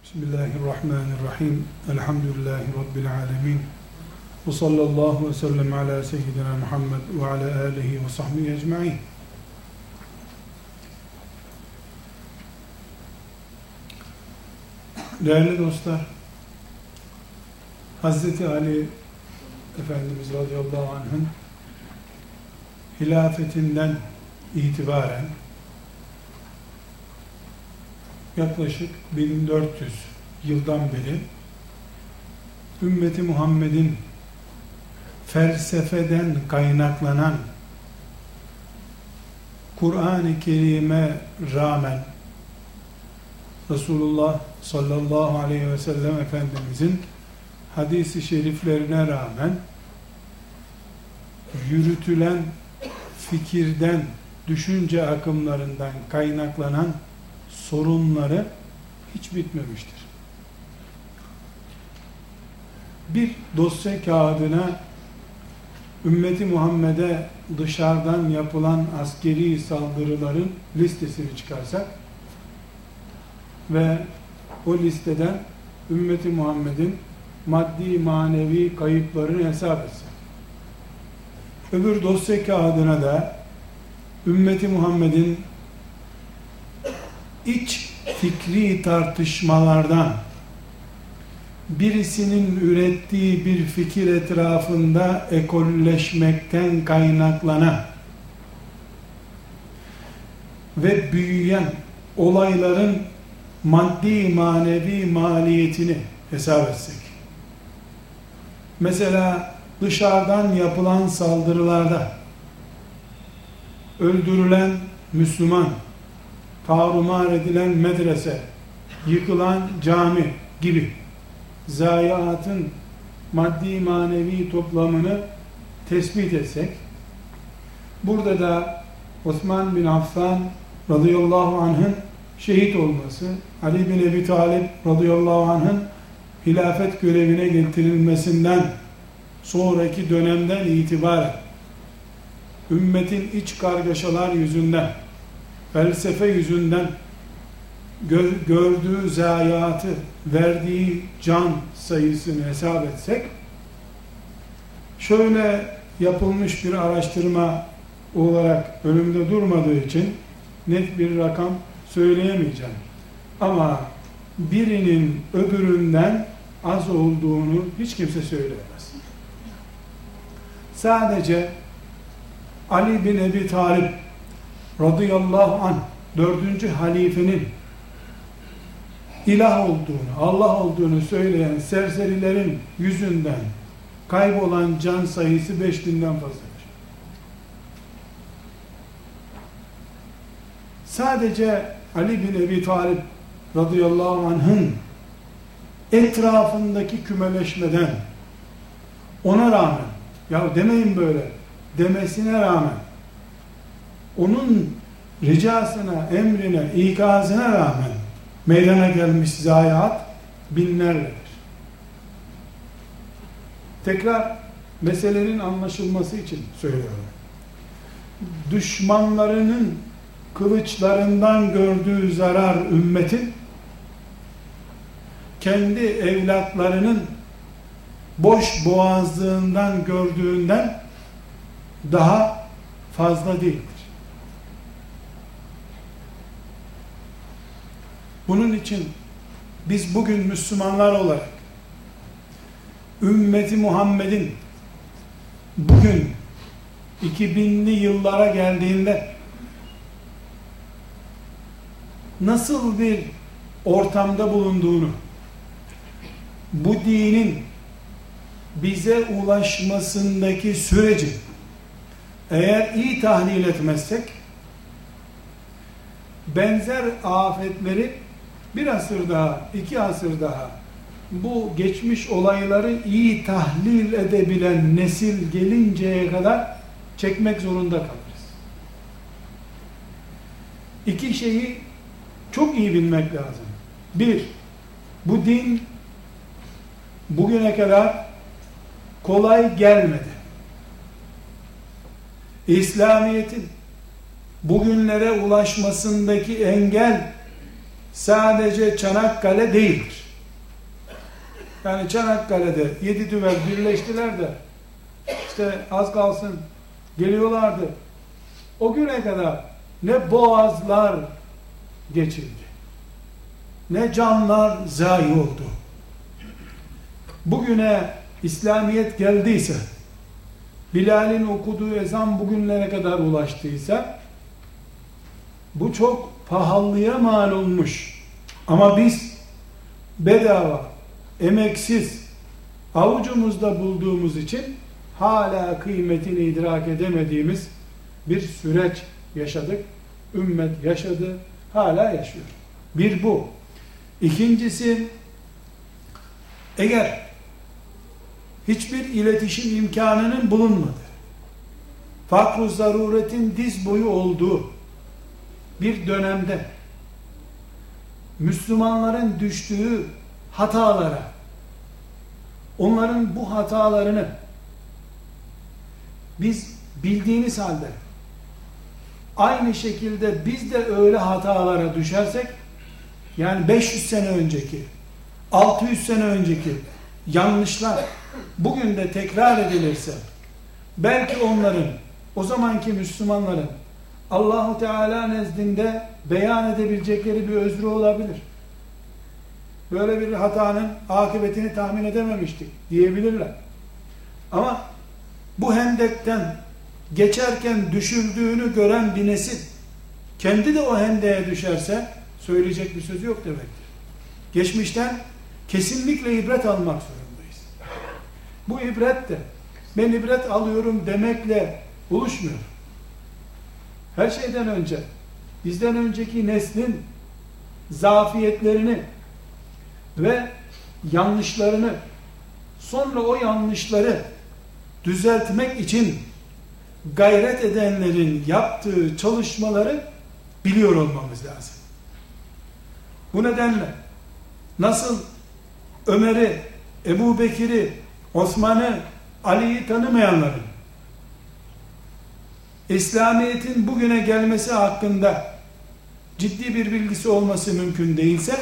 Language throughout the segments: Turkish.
Bismillahirrahmanirrahim. Elhamdülillahi Rabbil alemin. Ve sallallahu ve sellem ala seyyidina Muhammed ve ala alihi ve sahbihi ecma'in. Değerli dostlar, Hazreti Ali Efendimiz radıyallahu anh'ın hilafetinden itibaren yaklaşık 1400 yıldan beri ümmeti Muhammed'in felsefeden kaynaklanan Kur'an-ı Kerim'e rağmen Resulullah sallallahu aleyhi ve sellem Efendimizin hadis-i şeriflerine rağmen yürütülen fikirden, düşünce akımlarından kaynaklanan sorunları hiç bitmemiştir. Bir dosya kağıdına ümmeti Muhammed'e dışarıdan yapılan askeri saldırıların listesini çıkarsak ve o listeden ümmeti Muhammed'in maddi manevi kayıplarını hesap etsek, öbür dosya kağıdına da ümmeti Muhammed'in iç fikri tartışmalardan birisinin ürettiği bir fikir etrafında ekolleşmekten kaynaklanan ve büyüyen olayların maddi manevi maliyetini hesap etsek, mesela dışarıdan yapılan saldırılarda öldürülen Müslüman, tarumar edilen medrese, yıkılan cami gibi zayiatın maddi manevi toplamını tespit etsek, burada da Osman bin Affan radıyallahu anh'ın şehit olması, Ali bin Ebi Talib radıyallahu anh'ın hilafet görevine getirilmesinden sonraki dönemden itibaren ümmetin iç kargaşalar yüzünden, felsefe yüzünden gördüğü zayiatı, verdiği can sayısını hesap etsek, şöyle yapılmış bir araştırma olarak önümde durmadığı için net bir rakam söyleyemeyeceğim. Ama birinin öbüründen az olduğunu hiç kimse söyleyemez. Sadece Ali bin Ebi Talib radıyallahu anh, 4. halifenin ilah olduğunu, Allah olduğunu söyleyen serserilerin yüzünden kaybolan can sayısı 5000'den fazladır. Sadece Ali bin Ebi Talib radıyallahu anh'ın etrafındaki kümeleşmeden, ona rağmen, ya demeyin böyle demesine rağmen, onun ricasına, emrine, ikazına rağmen meydana gelmiş zayiat binlerledir. Tekrar meselenin anlaşılması için söylüyorum. Düşmanlarının kılıçlarından gördüğü zarar ümmetin kendi evlatlarının boş boğazlığından gördüğünden daha fazla değildir. Bunun için biz bugün Müslümanlar olarak ümmeti Muhammed'in bugün 2000'li yıllara geldiğinde nasıl bir ortamda bulunduğunu, bu dinin bize ulaşmasındaki süreci eğer iyi tahlil etmezsek, benzer afetleri bir asır daha, 2 asır daha bu geçmiş olayları iyi tahlil edebilen nesil gelinceye kadar çekmek zorunda kalırız. 2 şeyi çok iyi bilmek lazım. 1, bu din bugüne kadar kolay gelmedi. İslamiyet'in bugünlere ulaşmasındaki engel sadece Çanakkale değildir. Yani Çanakkale'de 7 düvel birleştiler de işte az kalsın geliyorlardı. O güne kadar ne boğazlar geçildi, ne canlar zayi oldu. Bugüne İslamiyet geldiyse, Bilal'in okuduğu ezan bugünlere kadar ulaştıysa, bu çok pahalıya mal olmuş. Ama biz bedava, emeksiz, avucumuzda bulduğumuz için hala kıymetini idrak edemediğimiz bir süreç yaşadık. Ümmet yaşadı, hala yaşıyor. Bir bu. İkincisi, eğer hiçbir iletişim imkanının bulunmadığı, fakr-ı zaruretin diz boyu olduğu bir dönemde Müslümanların düştüğü hatalara, onların bu hatalarını biz bildiğimiz halde aynı şekilde biz de öyle hatalara düşersek, yani 500 sene önceki, 600 sene önceki yanlışlar bugün de tekrar edilirse, belki onların, o zamanki Müslümanların Allah-u Teala nezdinde beyan edebilecekleri bir özrü olabilir. Böyle bir hatanın akıbetini tahmin edememiştik diyebilirler. Ama bu hendekten geçerken düşürdüğünü gören bir nesil kendi de o hendeğe düşerse söyleyecek bir sözü yok demektir. Geçmişten kesinlikle ibret almak zorundayız. Bu ibret de ben ibret alıyorum demekle oluşmuyor. Her şeyden önce bizden önceki neslin zafiyetlerini ve yanlışlarını, sonra o yanlışları düzeltmek için gayret edenlerin yaptığı çalışmaları biliyor olmamız lazım. Bu nedenle nasıl Ömer'i, Ebu Bekir'i, Osman'ı, Ali'yi tanımayanların İslamiyet'in bugüne gelmesi hakkında ciddi bir bilgisi olması mümkün değilse,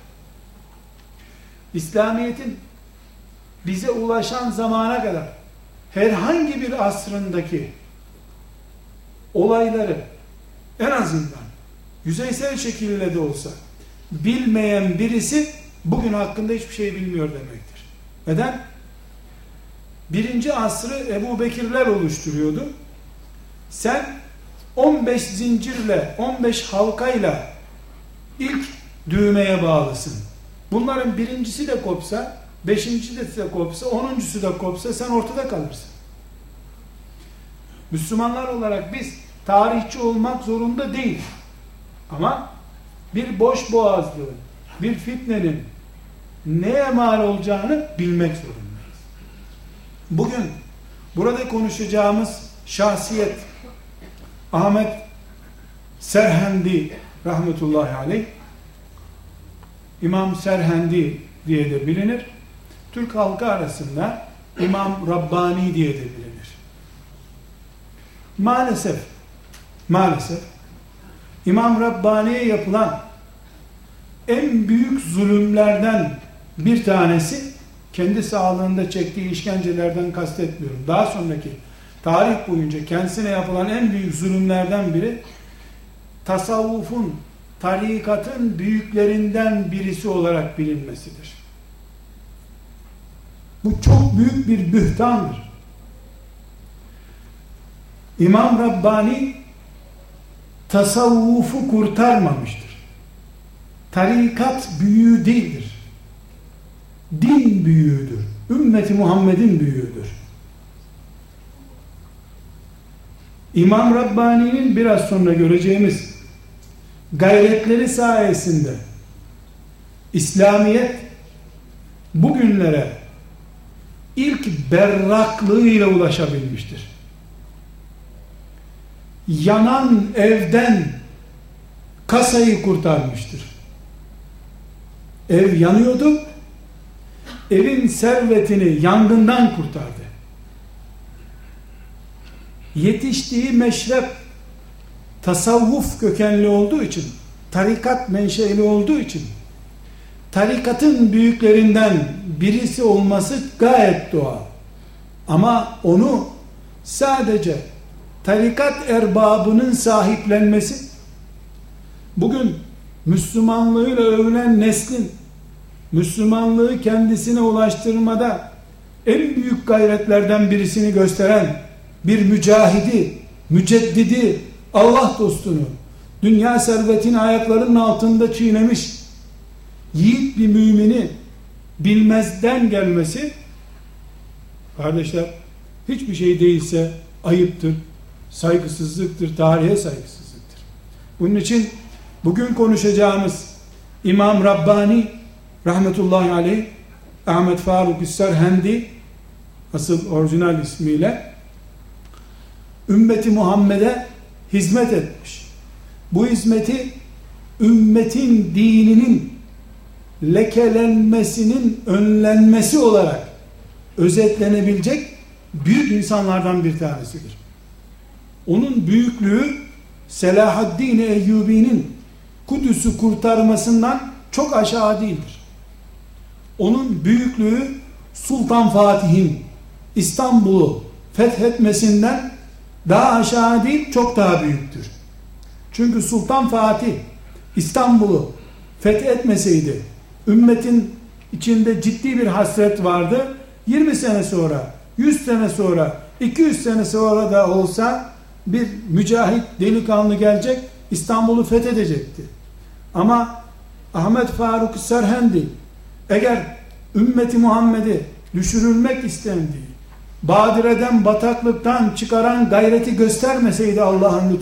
İslamiyet'in bize ulaşan zamana kadar herhangi bir asrındaki olayları en azından yüzeysel şekilde de olsa bilmeyen birisi bugün hakkında hiçbir şey bilmiyor demektir. Neden? Birinci asrı Ebu Bekirler oluşturuyordu. Sen 15 zincirle, 15 halkayla ilk düğmeye bağlısın. Bunların birincisi de kopsa, beşincisi de kopsa, 10'uncusu da kopsa sen ortada kalırsın. Müslümanlar olarak biz tarihçi olmak zorunda değil. Ama bir boş boğazlığın, bir fitnenin neye mal olacağını bilmek zorundayız. Bugün burada konuşacağımız şahsiyet Ahmet Serhendi rahmetullahi aleyh, İmam Serhendi diye de bilinir. Türk halkı arasında İmam Rabbani diye de bilinir. Maalesef İmam Rabbani'ye yapılan en büyük zulümlerden bir tanesi, kendi sağlığında çektiği işkencelerden kastetmiyorum, daha sonraki tarih boyunca kendisine yapılan en büyük zulümlerden biri, tasavvufun, tarikatın büyüklerinden birisi olarak bilinmesidir. Bu çok büyük bir bühtandır. İmam Rabbani tasavvufu kurtarmamıştır. Tarikat büyüğü değildir. Din büyüğüdür. Ümmeti Muhammed'in büyüğüdür. İmam Rabbani'nin biraz sonra göreceğimiz gayretleri sayesinde İslamiyet bugünlere ilk berraklığıyla ulaşabilmiştir. Yanan evden kasayı kurtarmıştır. Ev yanıyordu, evin servetini yangından kurtardı. Yetiştiği meşrep tasavvuf kökenli olduğu için tarikat menşeli olduğu için tarikatın büyüklerinden birisi olması gayet doğal. Ama onu sadece tarikat erbabının sahiplenmesi, bugün Müslümanlığıyla övülen neslin Müslümanlığı kendisine ulaştırmada en büyük gayretlerden birisini gösteren bir mücahidi, müceddidi, Allah dostunu, dünya servetini ayaklarının altında çiğnemiş yiğit bir mümini bilmezden gelmesi, kardeşler, hiçbir şey değilse ayıptır, saygısızlıktır, tarihe saygısızlıktır. Bunun için bugün konuşacağımız İmam Rabbani rahmetullahi aleyh, Ahmet Faruk Serhendi, asıl orijinal ismiyle, ümmeti Muhammed'e hizmet etmiş. Bu hizmeti ümmetin dininin lekelenmesinin önlenmesi olarak özetlenebilecek büyük insanlardan bir tanesidir. Onun büyüklüğü Selahaddin Eyyubi'nin Kudüs'ü kurtarmasından çok aşağı değildir. Onun büyüklüğü Sultan Fatih'in İstanbul'u fethetmesinden daha aşağı değil, çok daha büyüktür. Çünkü Sultan Fatih İstanbul'u fethetmeseydi, ümmetin içinde ciddi bir hasret vardı. 20 sene sonra, 100 sene sonra, 200 sene sonra da olsa bir mücahit delikanlı gelecek, İstanbul'u fethedecekti. Ama Ahmet Faruk Serhendi eğer ümmeti Muhammed'i düşürülmek istendiği, badireden, bataklıktan çıkaran gayreti göstermeseydi Allah'ın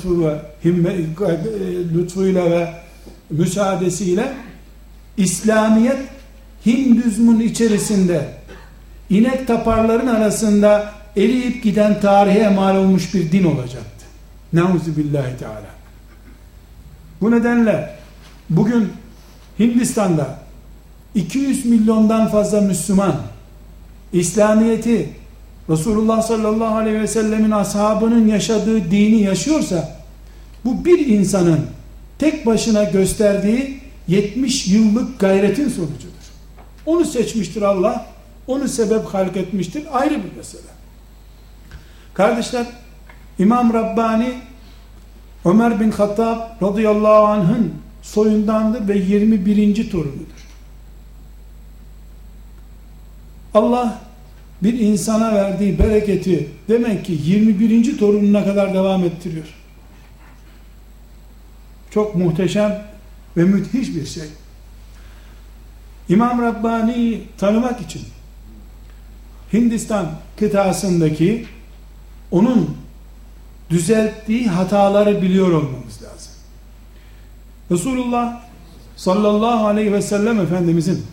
lütfuyla ve müsaadesiyle, İslamiyet Hindizmin içerisinde inek taparların arasında eriyip giden tarihe mal olmuş bir din olacaktı. Neuzubillahi teala. Bu nedenle bugün Hindistan'da 200 milyondan fazla Müslüman İslamiyeti, Resulullah sallallahu aleyhi ve sellemin ashabının yaşadığı dini yaşıyorsa, bu bir insanın tek başına gösterdiği 70 yıllık gayretin sonucudur. Onu seçmiştir Allah, onu sebep halk etmiştir, ayrı bir mesele. Kardeşler, İmam Rabbani Ömer bin Hattab radıyallahu anh'ın soyundandır ve 21. torunudur. Allah bir insana verdiği bereketi demek ki 21. torununa kadar devam ettiriyor. Çok muhteşem ve müthiş bir şey. İmam Rabbani'yi tanımak için Hindistan kıtasındaki onun düzelttiği hataları biliyor olmamız lazım. Resulullah sallallahu aleyhi ve sellem Efendimizin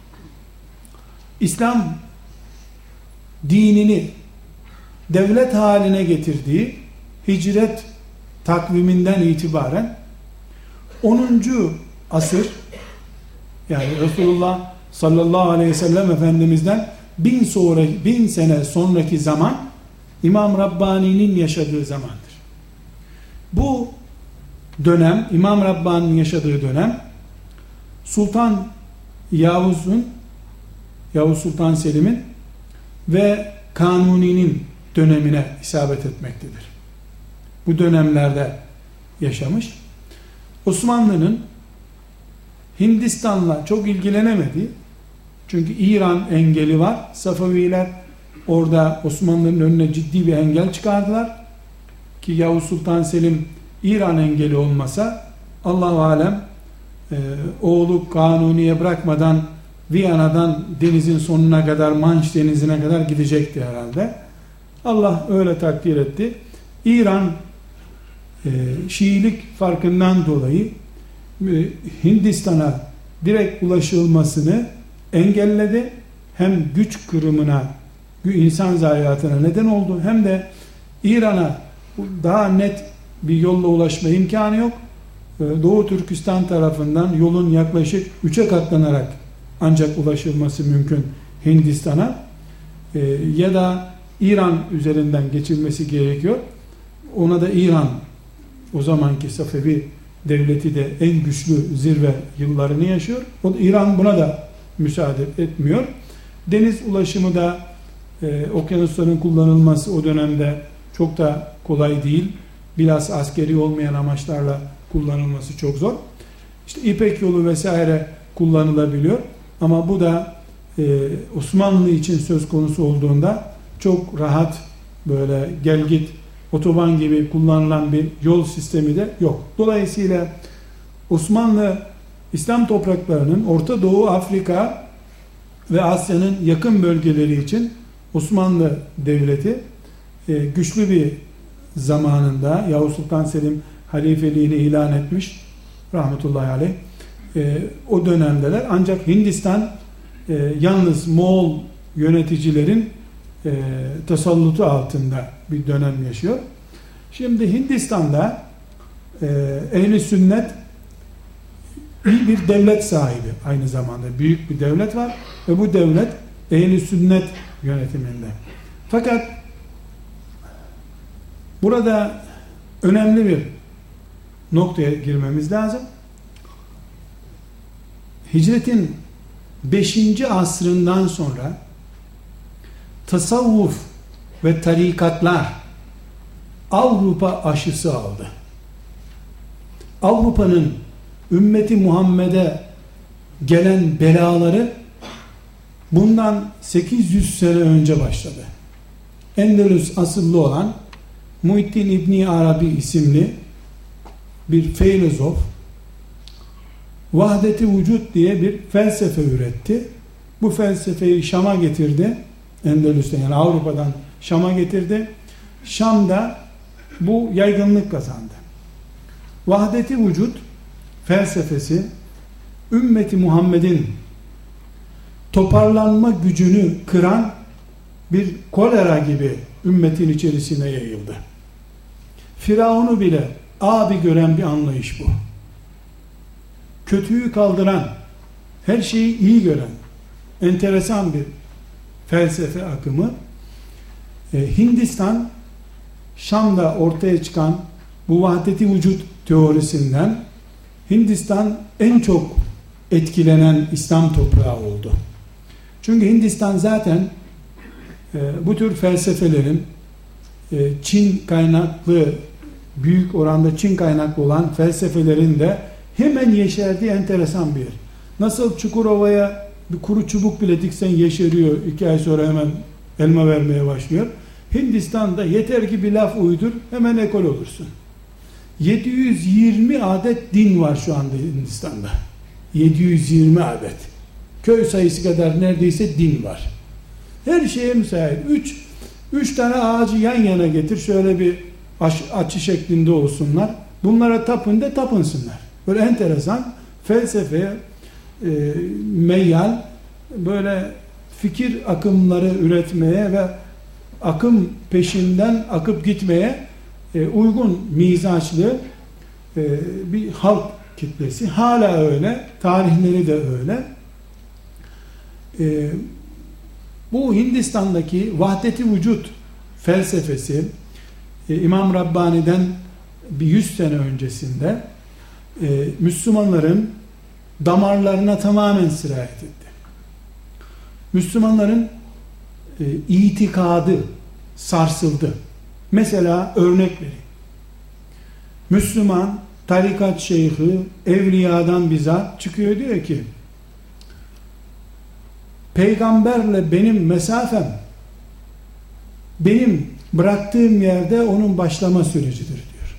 İslam dinini devlet haline getirdiği hicret takviminden itibaren 10. asır, yani Resulullah sallallahu aleyhi ve sellem Efendimiz'den 1000 sene sonraki zaman İmam Rabbani'nin yaşadığı zamandır. Bu dönem, İmam Rabbani'nin yaşadığı dönem Sultan Yavuz Sultan Selim'in ve Kanuni'nin dönemine isabet etmektedir. Bu dönemlerde yaşamış. Osmanlı'nın Hindistan'la çok ilgilenemediği, çünkü İran engeli var. Safaviler orada Osmanlı'nın önüne ciddi bir engel çıkardılar. Ki Yavuz Sultan Selim İran engeli olmasa Allah-u alem oğlu Kanuni'ye bırakmadan Viyana'dan denizin sonuna kadar, Manş denizine kadar gidecekti herhalde. Allah öyle takdir etti. İran Şiilik farkından dolayı Hindistan'a direkt ulaşılmasını engelledi. Hem güç kırımına, insan zayiatına neden oldu, hem de İran'a daha net bir yolla ulaşma imkanı yok. Doğu Türkistan tarafından yolun yaklaşık 3'e katlanarak ancak ulaşılması mümkün Hindistan'a, ya da İran üzerinden geçilmesi gerekiyor. Ona da İran, o zamanki Safevi devleti de en güçlü zirve yıllarını yaşıyor. İran buna da müsaade etmiyor. Deniz ulaşımı da okyanusların kullanılması o dönemde çok da kolay değil. Bilhassa askeri olmayan amaçlarla kullanılması çok zor. İşte İpek yolu vesaire kullanılabiliyor. Ama bu da Osmanlı için söz konusu olduğunda çok rahat, böyle gel git otoban gibi kullanılan bir yol sistemi de yok. Dolayısıyla Osmanlı İslam topraklarının Orta Doğu, Afrika ve Asya'nın yakın bölgeleri için Osmanlı Devleti güçlü bir zamanında Yavuz Sultan Selim halifeliğini ilan etmiş rahmetullahi aleyh. O dönemdeler. Ancak Hindistan yalnız Moğol yöneticilerin tasallutu altında bir dönem yaşıyor. Şimdi Hindistan'da ehli sünnet iyi bir devlet sahibi, aynı zamanda büyük bir devlet var ve bu devlet ehli sünnet yönetiminde. Fakat burada önemli bir noktaya girmemiz lazım. Hicretin 5. asrından sonra tasavvuf ve tarikatlar Avrupa aşısı aldı. Avrupa'nın ümmeti Muhammed'e gelen belaları bundan 800 sene önce başladı. Endülüs asıllı olan Muhittin İbni Arabi isimli bir filozof Vahdet-i Vücut diye bir felsefe üretti. Bu felsefeyi Şam'a getirdi. Endülüs'ten, yani Avrupa'dan Şam'a getirdi. Şam'da bu yaygınlık kazandı. Vahdet-i Vücut felsefesi ümmeti Muhammed'in toparlanma gücünü kıran bir kolera gibi ümmetin içerisine yayıldı. Firavun'u bile abi gören bir anlayış bu. Kötüyü kaldıran, her şeyi iyi gören enteresan bir felsefe akımı. Hindistan, Şam'da ortaya çıkan bu vahdet-i vücut teorisinden Hindistan en çok etkilenen İslam toprağı oldu. Çünkü Hindistan zaten bu tür felsefelerin Çin kaynaklı, büyük oranda Çin kaynaklı olan felsefelerin de hemen yeşerdiği enteresan bir yer. Nasıl Çukurova'ya bir kuru çubuk bile diksen yeşeriyor, 2 ay sonra hemen elma vermeye başlıyor. Hindistan'da yeter ki bir laf uydur, hemen ekol olursun. 720 adet din var şu anda Hindistan'da. 720 adet. Köy sayısı kadar neredeyse din var. Her şeye müsait. 3 tane ağacı yan yana getir, şöyle bir açı şeklinde olsunlar. Bunlara tapın da tapınsınlar. Böyle enteresan felsefeye meyyal, böyle fikir akımları üretmeye ve akım peşinden akıp gitmeye uygun mizaçlı bir halk kitlesi. Hala öyle. Tarihleri de öyle. Bu Hindistan'daki vahdet-i vücut felsefesi İmam Rabbani'den bir 100 sene öncesinde Müslümanların damarlarına tamamen sirayet etti. Müslümanların itikadı sarsıldı. Mesela örnek vereyim. Müslüman tarikat şeyhi evliyadan bizzat çıkıyor, diyor ki peygamberle benim mesafem benim bıraktığım yerde onun başlama sürecidir diyor.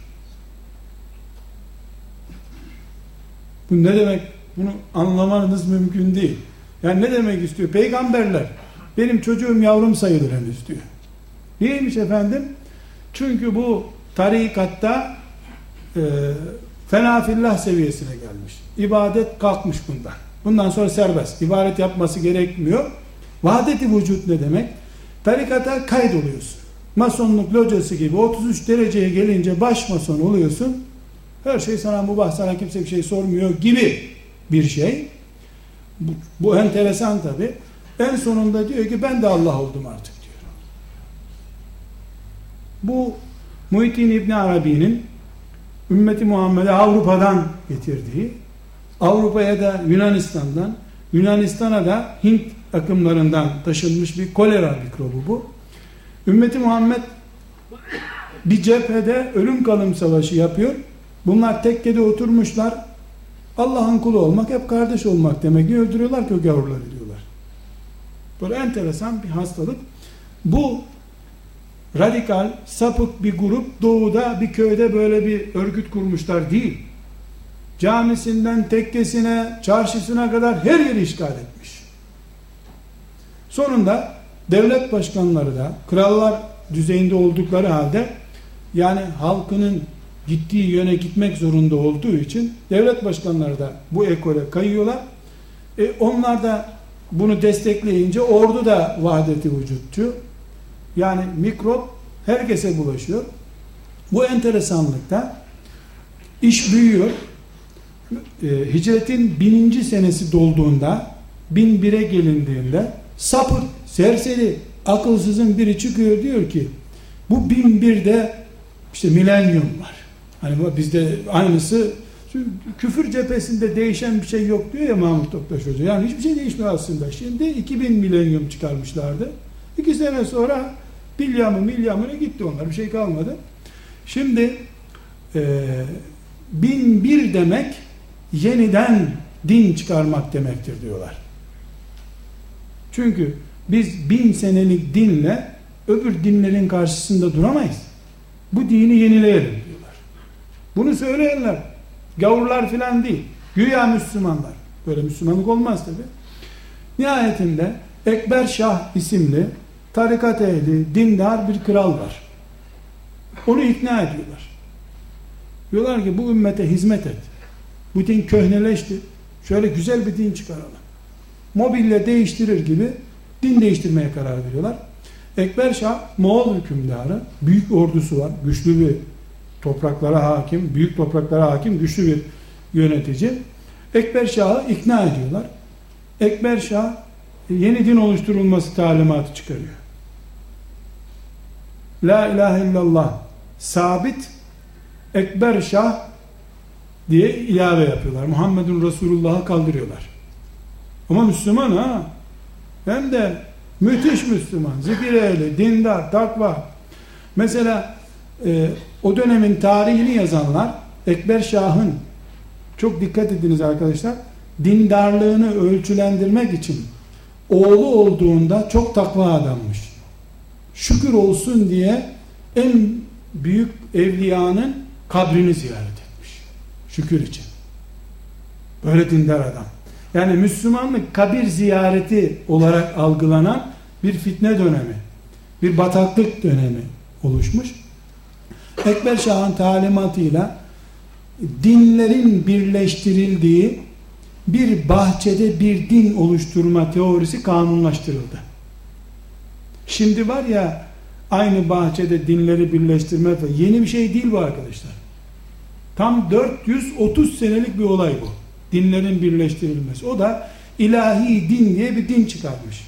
Bu ne demek? Bunu anlamanız mümkün değil. Yani ne demek istiyor? Peygamberler benim çocuğum yavrum sayılır henüz diyor. Niyeymiş efendim? Çünkü bu tarikatta fenafillah seviyesine gelmiş. İbadet kalkmış bundan. Bundan sonra serbest. İbadet yapması gerekmiyor. Vahdet-i vücut ne demek? Tarikata kaydoluyorsun. Masonluk locası gibi 33 dereceye gelince baş mason oluyorsun. Her şey sana mubah, sana kimse bir şey sormuyor gibi bir şey. Bu enteresan tabi. En sonunda diyor ki ben de Allah oldum artık diyor. Bu Muhittin İbni Arabi'nin ümmeti Muhammed'e Avrupa'dan getirdiği, Avrupa'ya da Yunanistan'dan, Yunanistan'a da Hint akımlarından taşınmış bir kolera mikrobu bu. Ümmeti Muhammed bir cephede ölüm kalım savaşı yapıyor. Bunlar tekkede oturmuşlar. Allah'ın kulu olmak hep kardeş olmak demek diye öldürüyorlar, kök yavruları diyorlar. Böyle enteresan bir hastalık. Bu radikal, sapık bir grup doğuda bir köyde böyle bir örgüt kurmuşlar değil. Camisinden tekkesine, çarşısına kadar her yeri işgal etmiş. Sonunda devlet başkanları da krallar düzeyinde oldukları halde, yani halkının gittiği yöne gitmek zorunda olduğu için devlet başkanları da bu ekole kayıyorlar. Onlar da bunu destekleyince ordu da vahdeti vücut diyor. Yani mikrop herkese bulaşıyor. Bu enteresanlıkta iş büyüyor. Hicretin 1000. senesi dolduğunda, 1001'e gelindiğinde sapık, serseri, akılsızın biri çıkıyor, diyor ki bu 1001'de işte milenyum var. Hani bizde aynısı, küfür cephesinde değişen bir şey yok diyor ya Mahmut Toptaş Hoca. Yani hiçbir şey değişmiyor aslında. Şimdi 2000 milenyum çıkarmışlardı. 2 sene sonra milyamına gitti onlar. Bir şey kalmadı. Şimdi 1001 demek yeniden din çıkarmak demektir diyorlar. Çünkü biz 1000 senelik dinle öbür dinlerin karşısında duramayız. Bu dini yenileyelim diyorlar. Bunu söyleyenler gavurlar filan değil. Güya Müslümanlar. Böyle Müslümanlık olmaz tabi. Nihayetinde Ekber Şah isimli tarikat ehli, dindar bir kral var. Onu ikna ediyorlar. Diyorlar ki bu ümmete hizmet et. Bu din köhneleşti. Şöyle güzel bir din çıkaralım. Mobilya değiştirir gibi din değiştirmeye karar veriyorlar. Ekber Şah Moğol hükümdarı, büyük ordusu var, güçlü bir topraklara hakim, büyük topraklara hakim, güçlü bir yönetici. Ekber Şah'ı ikna ediyorlar. Ekber Şah yeni din oluşturulması talimatı çıkarıyor. La ilahe illallah sabit, Ekber Şah diye ilave yapıyorlar. Muhammedun Resulullah'ı kaldırıyorlar. Ama Müslüman ha. Hem de müthiş Müslüman. Zikir ehli, dindar, takva. Mesela o dönemin tarihini yazanlar Ekber Şah'ın, çok dikkat ediniz arkadaşlar, dindarlığını ölçülendirmek için oğlu olduğunda çok takva adammış. Şükür olsun diye en büyük evliyanın kabrini ziyaret etmiş. Şükür için. Böyle dindar adam. Yani Müslümanlık kabir ziyareti olarak algılanan bir fitne dönemi, bir bataklık dönemi oluşmuş. Ekber Şah'ın talimatıyla dinlerin birleştirildiği bir bahçede bir din oluşturma teorisi kanunlaştırıldı. Şimdi var ya, aynı bahçede dinleri birleştirme yeni bir şey değil bu arkadaşlar. Tam 430 senelik bir olay bu. Dinlerin birleştirilmesi. O da ilahi din diye bir din çıkarmış.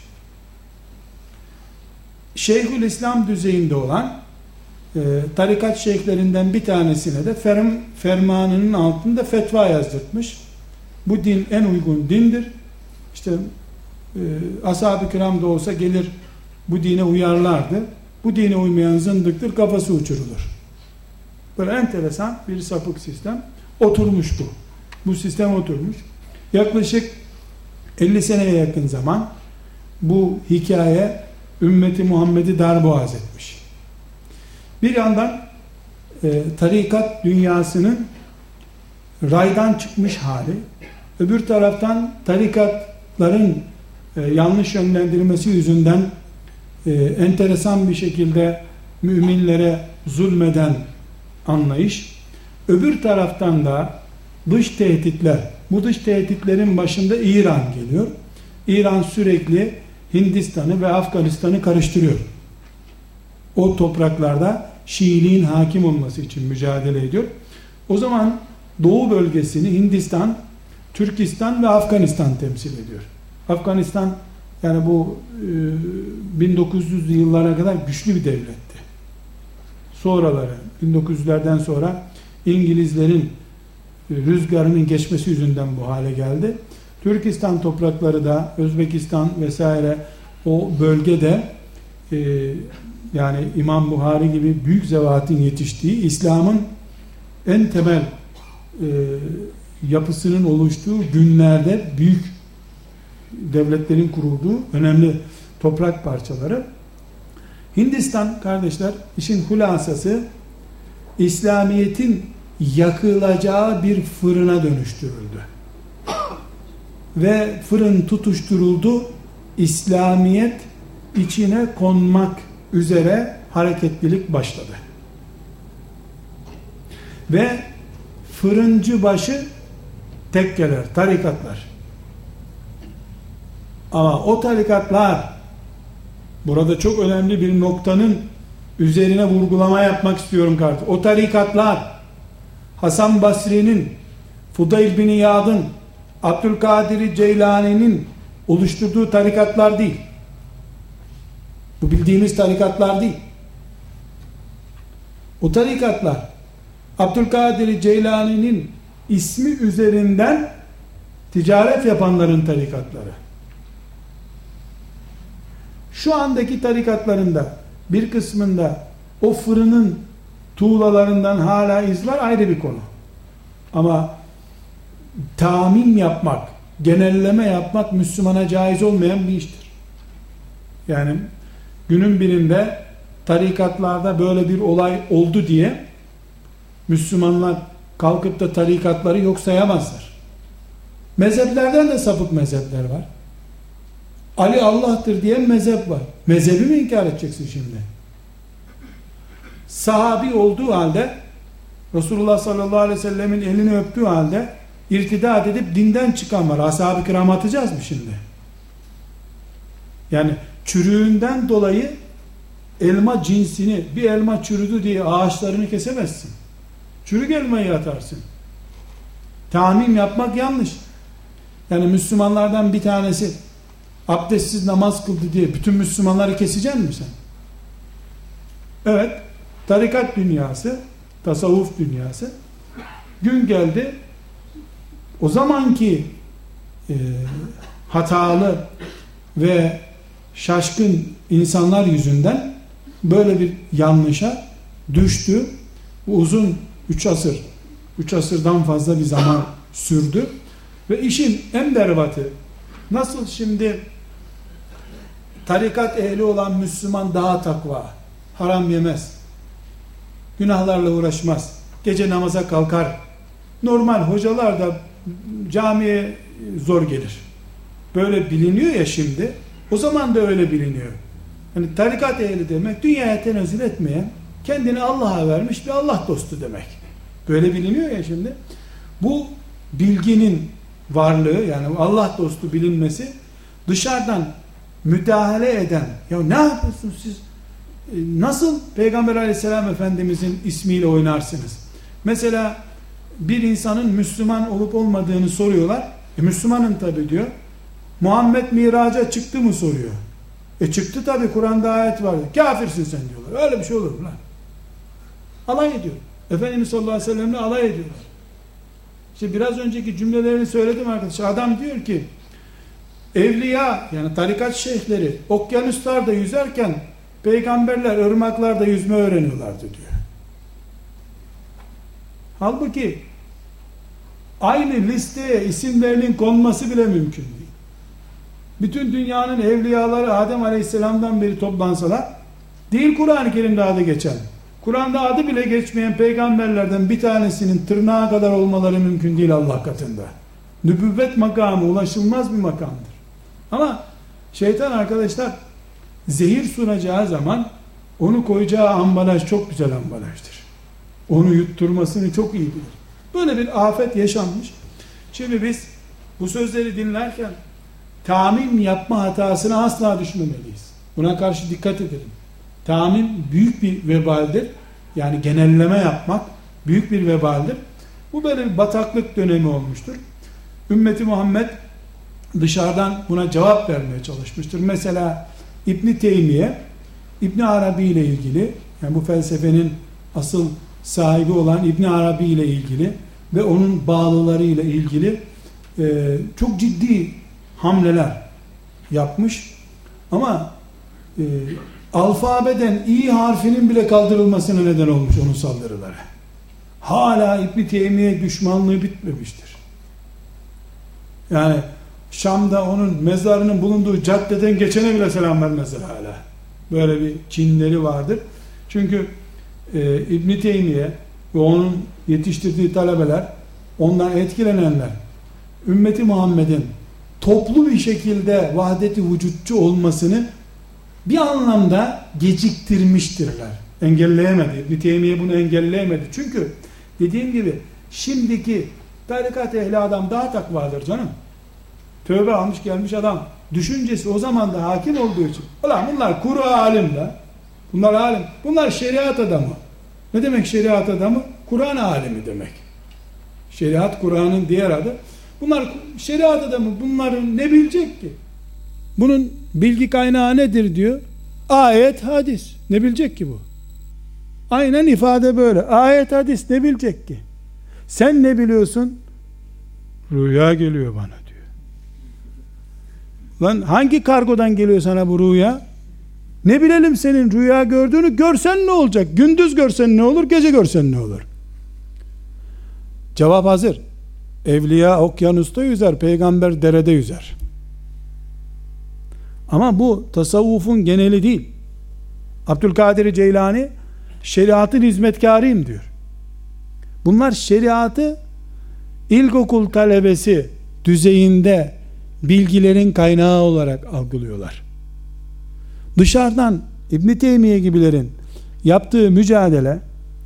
Şeyhülislam düzeyinde olan tarikat şeyhlerinden bir tanesine de fermanının altında fetva yazdırtmış. Bu din en uygun dindir. İşte ashab-ı kiram da olsa gelir bu dine uyarlardı. Bu dine uymayan zındıktır, kafası uçurulur. Böyle enteresan bir sapık sistem oturmuş bu. Bu sistem oturmuş. Yaklaşık 50 seneye yakın zaman bu hikaye ümmeti Muhammed'i darboğaz etmiş. Bir yandan tarikat dünyasının raydan çıkmış hali, öbür taraftan tarikatların yanlış yönlendirilmesi yüzünden enteresan bir şekilde müminlere zulmeden anlayış, öbür taraftan da dış tehditler, bu dış tehditlerin başında İran geliyor. İran sürekli Hindistan'ı ve Afganistan'ı karıştırıyor. O topraklarda Şiiliğin hakim olması için mücadele ediyor. O zaman Doğu bölgesini Hindistan, Türkistan ve Afganistan temsil ediyor. Afganistan yani bu 1900'lü yıllara kadar güçlü bir devletti. Sonraları 1900'lerden sonra İngilizlerin rüzgarının geçmesi yüzünden bu hale geldi. Türkistan toprakları da, Özbekistan vesaire o bölgede yani İmam Buhari gibi büyük zevatin yetiştiği, İslam'ın en temel yapısının oluştuğu günlerde büyük devletlerin kurulduğu önemli toprak parçaları. Hindistan kardeşler, işin hulasası, İslamiyet'in yakılacağı bir fırına dönüştürüldü. Ve fırın tutuşturuldu. İslamiyet içine konmak üzere hareketlilik başladı. Ve fırıncı başı tekkeler, tarikatlar. Ama o tarikatlar, burada çok önemli bir noktanın üzerine vurgulama yapmak istiyorum kardeşim. O tarikatlar Hasan Basri'nin, Fudayl bin İyad'ın, Abdülkadir Ceylani'nin oluşturduğu tarikatlar değil. Bu bildiğimiz tarikatlar değil. O tarikatlar Abdülkadir Ceylani'nin ismi üzerinden ticaret yapanların tarikatları. Şu andaki tarikatlarında bir kısmında o fırının tuğlalarından hala iz var, ayrı bir konu. Ama tamim yapmak, genelleme yapmak Müslümana caiz olmayan bir iştir. Yani günün birinde tarikatlarda böyle bir olay oldu diye Müslümanlar kalkıp da tarikatları yok sayamazlar. Mezheplerden de sapık mezhepler var. Ali Allah'tır diyen mezhep var. Mezhebi mi inkar edeceksin şimdi? Sahabi olduğu halde, Resulullah sallallahu aleyhi ve sellemin elini öptüğü halde irtidat edip dinden çıkan var. Ashab-ı kiram atacağız mı şimdi? Yani çürüğünden dolayı elma cinsini, bir elma çürüdü diye ağaçlarını kesemezsin. Çürük elmayı atarsın. Tamim yapmak yanlış. Yani Müslümanlardan bir tanesi abdestsiz namaz kıldı diye bütün Müslümanları keseceksin mi sen? Evet, tarikat dünyası, tasavvuf dünyası, gün geldi, o zamanki hatalı ve şaşkın insanlar yüzünden böyle bir yanlışa düştü. Bu uzun 3 asırdan fazla bir zaman sürdü ve işin en berbatı, nasıl şimdi tarikat ehli olan Müslüman daha takva, haram yemez, günahlarla uğraşmaz, gece namaza kalkar, normal hocalar da camiye zor gelir, böyle biliniyor ya şimdi, o zaman da öyle biliniyor. Yani tarikat ehli demek dünyaya tenezzül etmeyen, kendini Allah'a vermiş bir Allah dostu demek. Böyle biliniyor ya şimdi. Bu bilginin varlığı, yani Allah dostu bilinmesi, dışarıdan müdahale eden, ya ne yapıyorsunuz siz, nasıl Peygamber aleyhisselam efendimizin ismiyle oynarsınız? Mesela bir insanın Müslüman olup olmadığını soruyorlar. Müslümanım tabi diyor. Muhammed miraca çıktı mı soruyor. Çıktı tabi, Kur'an'da ayet var. Kafirsin sen diyorlar. Öyle bir şey olur mu lan? Alay ediyor. Efendimiz sallallahu aleyhi ve sellemle alay ediyorlar. İşte biraz önceki cümlelerini söyledim arkadaşlar. Adam diyor ki evliya, yani tarikat şeyhleri okyanuslarda yüzerken peygamberler ırmaklarda yüzme öğreniyorlardı diyor. Halbuki aynı listeye isimlerinin konması bile mümkün değil. Bütün dünyanın evliyaları Adem Aleyhisselam'dan beri toplansalar, değil Kur'an-ı Kerim'de adı geçen, Kur'an'da adı bile geçmeyen peygamberlerden bir tanesinin tırnağı kadar olmaları mümkün değil Allah katında. Nübüvvet makamı ulaşılmaz bir makamdır. Ama şeytan arkadaşlar zehir sunacağı zaman onu koyacağı ambalaj çok güzel ambalajdır. Onu yutturmasını çok iyi bilir. Böyle bir afet yaşanmış. Şimdi biz bu sözleri dinlerken tamim yapma hatasına asla düşmemeliyiz. Buna karşı dikkat edelim. Tamim büyük bir vebaldir. Yani genelleme yapmak büyük bir vebaldir. Bu böyle bir bataklık dönemi olmuştur. Ümmeti Muhammed dışarıdan buna cevap vermeye çalışmıştır. Mesela İbn Teymiye, İbn Arabi ile ilgili, yani bu felsefenin asıl sahibi olan İbn Arabi ile ilgili ve onun bağlıları ile ilgili çok ciddi hamleler yapmış. Ama alfabeden İ harfinin bile kaldırılmasına neden olmuş onun saldırıları. Hala İbn Teymiye düşmanlığı bitmemiştir. Yani Şam'da onun mezarının bulunduğu caddeden geçene bile selam vermezler hala. Böyle bir kinleri vardır. Çünkü İbn Teymiye ve onun yetiştirdiği talebeler, ondan etkilenenler, ümmeti Muhammed'in toplu bir şekilde vahdet-i vücutçu olmasını bir anlamda geciktirmiştirler. Engelleyemedi. İbn Teymiye bunu engelleyemedi. Çünkü dediğim gibi şimdiki tarikat ehli adam daha takvadır canım. Tövbe almış gelmiş adam. Düşüncesi o zaman da hakim olduğu için. Ulan bunlar kuru alim de. Bunlar alim. Bunlar şeriat adamı. Ne demek şeriat adamı? Kur'an alimi demek. Şeriat Kur'an'ın diğer adı. Bunlar şeriat adamı. Bunların ne bilecek ki? Bunun bilgi kaynağı nedir diyor. Ayet, hadis. Ne bilecek ki bu? Aynen ifade böyle. Ayet, hadis ne bilecek ki? Sen ne biliyorsun? Rüya geliyor bana diyor. Lan hangi kargodan geliyor sana bu rüya? Ne bilelim senin rüya gördüğünü, görsen ne olacak? Gündüz görsen ne olur, gece görsen ne olur? Cevap hazır. Evliya okyanusta yüzer, peygamber derede yüzer. Ama bu tasavvufun geneli değil. Abdülkadir Ceylani şeriatın hizmetkarıyım diyor. Bunlar şeriatı ilkokul talebesi düzeyinde bilgilerin kaynağı olarak algılıyorlar. Dışarıdan İbn Teymiye gibilerin yaptığı mücadele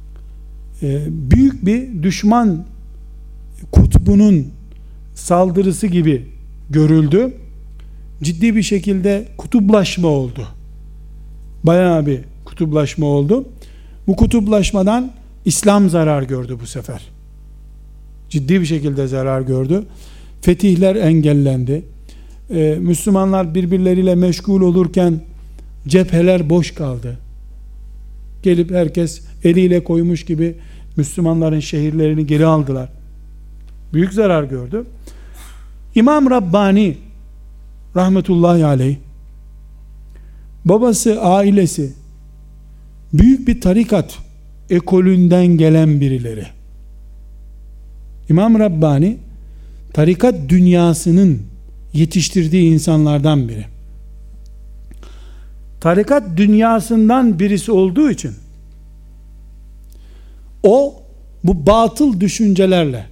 büyük bir düşman kutbunun saldırısı gibi görüldü. Ciddi bir şekilde kutuplaşma oldu. Bayağı bir kutuplaşma oldu. Bu kutuplaşmadan İslam zarar gördü bu sefer. Ciddi bir şekilde zarar gördü. Fetihler engellendi. Müslümanlar birbirleriyle meşgul olurken cepheler boş kaldı. Gelip herkes eliyle koymuş gibi Müslümanların şehirlerini geri aldılar. Büyük zarar gördü. İmam Rabbani rahmetullahi aleyh, babası, ailesi büyük bir tarikat ekolünden gelen birileri. İmam Rabbani tarikat dünyasının yetiştirdiği insanlardan biri. Tarikat dünyasından birisi olduğu için o bu batıl düşüncelerle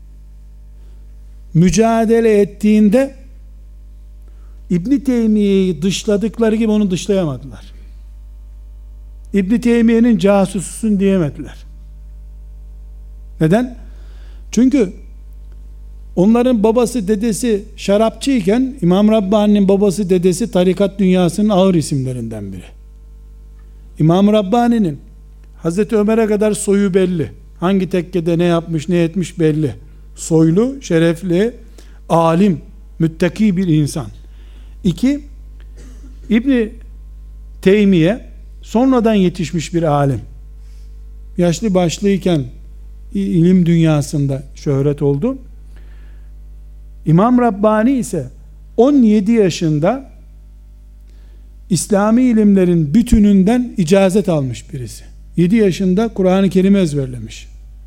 mücadele ettiğinde İbn Teymiye'yi dışladıkları gibi onu dışlayamadılar. İbn Teymiye'nin casususun diyemediler. Neden? Çünkü onların babası dedesi şarapçıyken İmam Rabbani'nin babası dedesi tarikat dünyasının ağır isimlerinden biri. İmam Rabbani'nin Hazreti Ömer'e kadar soyu belli. Hangi tekkede ne yapmış ne etmiş belli. Soylu, şerefli, alim, müttaki bir insan. 2. İbn Teymiye sonradan yetişmiş bir alim. Yaşlı başlıyken ilim dünyasında şöhret oldu. İmam Rabbani ise 17 yaşında İslami ilimlerin bütününden icazet almış birisi. 7 yaşında Kur'an-ı Kerim'i ezberlemiş.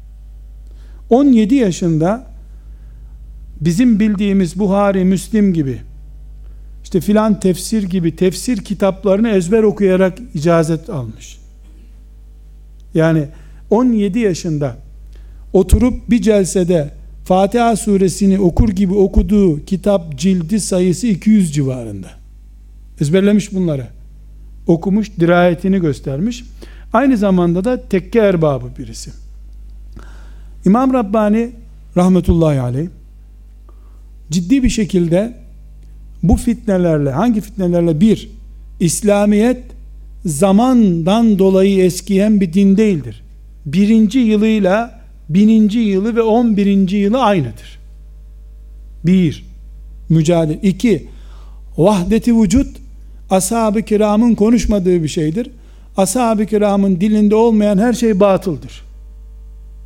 17 yaşında bizim bildiğimiz Buhari, Müslim gibi işte filan tefsir gibi tefsir kitaplarını ezber okuyarak icazet almış. Yani 17 yaşında oturup bir celsede Fatiha suresini okur gibi okuduğu kitap cildi sayısı 200 civarında. Ezberlemiş bunları. Okumuş, dirayetini göstermiş. Aynı zamanda da tekke erbabı birisi. İmam Rabbani rahmetullahi aleyh ciddi bir şekilde bu fitnelerle, hangi fitnelerle? Bir, İslamiyet zamandan dolayı eskiyen bir din değildir. 1. yılıyla 1000. yılı ve 11. yılı aynıdır. 1. Mücadele. 2. Vahdet-i vücut ashab-ı kiramın konuşmadığı bir şeydir. Ashab-ı kiramın dilinde olmayan her şey batıldır.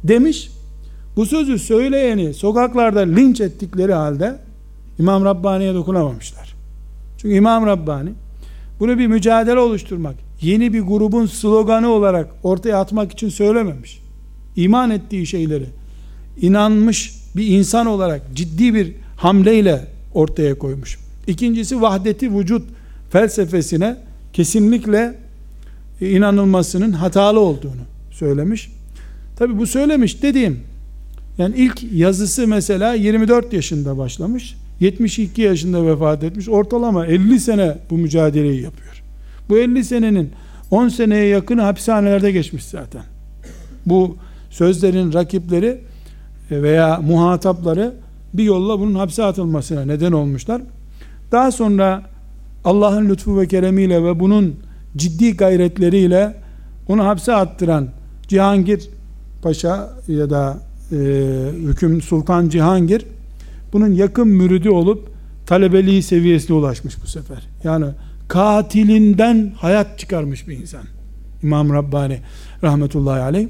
demiş. Bu sözü söyleyeni sokaklarda linç ettikleri halde İmam Rabbani'ye dokunamamışlar. Çünkü İmam Rabbani bunu bir mücadele oluşturmak, yeni bir grubun sloganı olarak ortaya atmak için söylememiş. İman ettiği şeyleri inanmış bir insan olarak ciddi bir hamleyle ortaya koymuş. İkincisi, vahdeti vücut felsefesine kesinlikle inanılmasının hatalı olduğunu söylemiş. Tabi bu söylemiş dediğim, yani ilk yazısı mesela 24 yaşında başlamış, 72 yaşında vefat etmiş. Ortalama 50 sene bu mücadeleyi yapıyor. Bu 50 senenin 10 seneye yakını hapishanelerde geçmiş zaten. Bu sözlerin rakipleri veya muhatapları bir yolla bunun hapse atılmasına neden olmuşlar. Daha sonra Allah'ın lütfu ve keremiyle ve bunun ciddi gayretleriyle onu hapse attıran Cihangir Paşa ya da Hüküm Sultan Cihangir bunun yakın müridi olup talebeliği seviyesine ulaşmış bu sefer. Yani katilinden hayat çıkarmış bir insan İmam Rabbani rahmetullahi aleyh.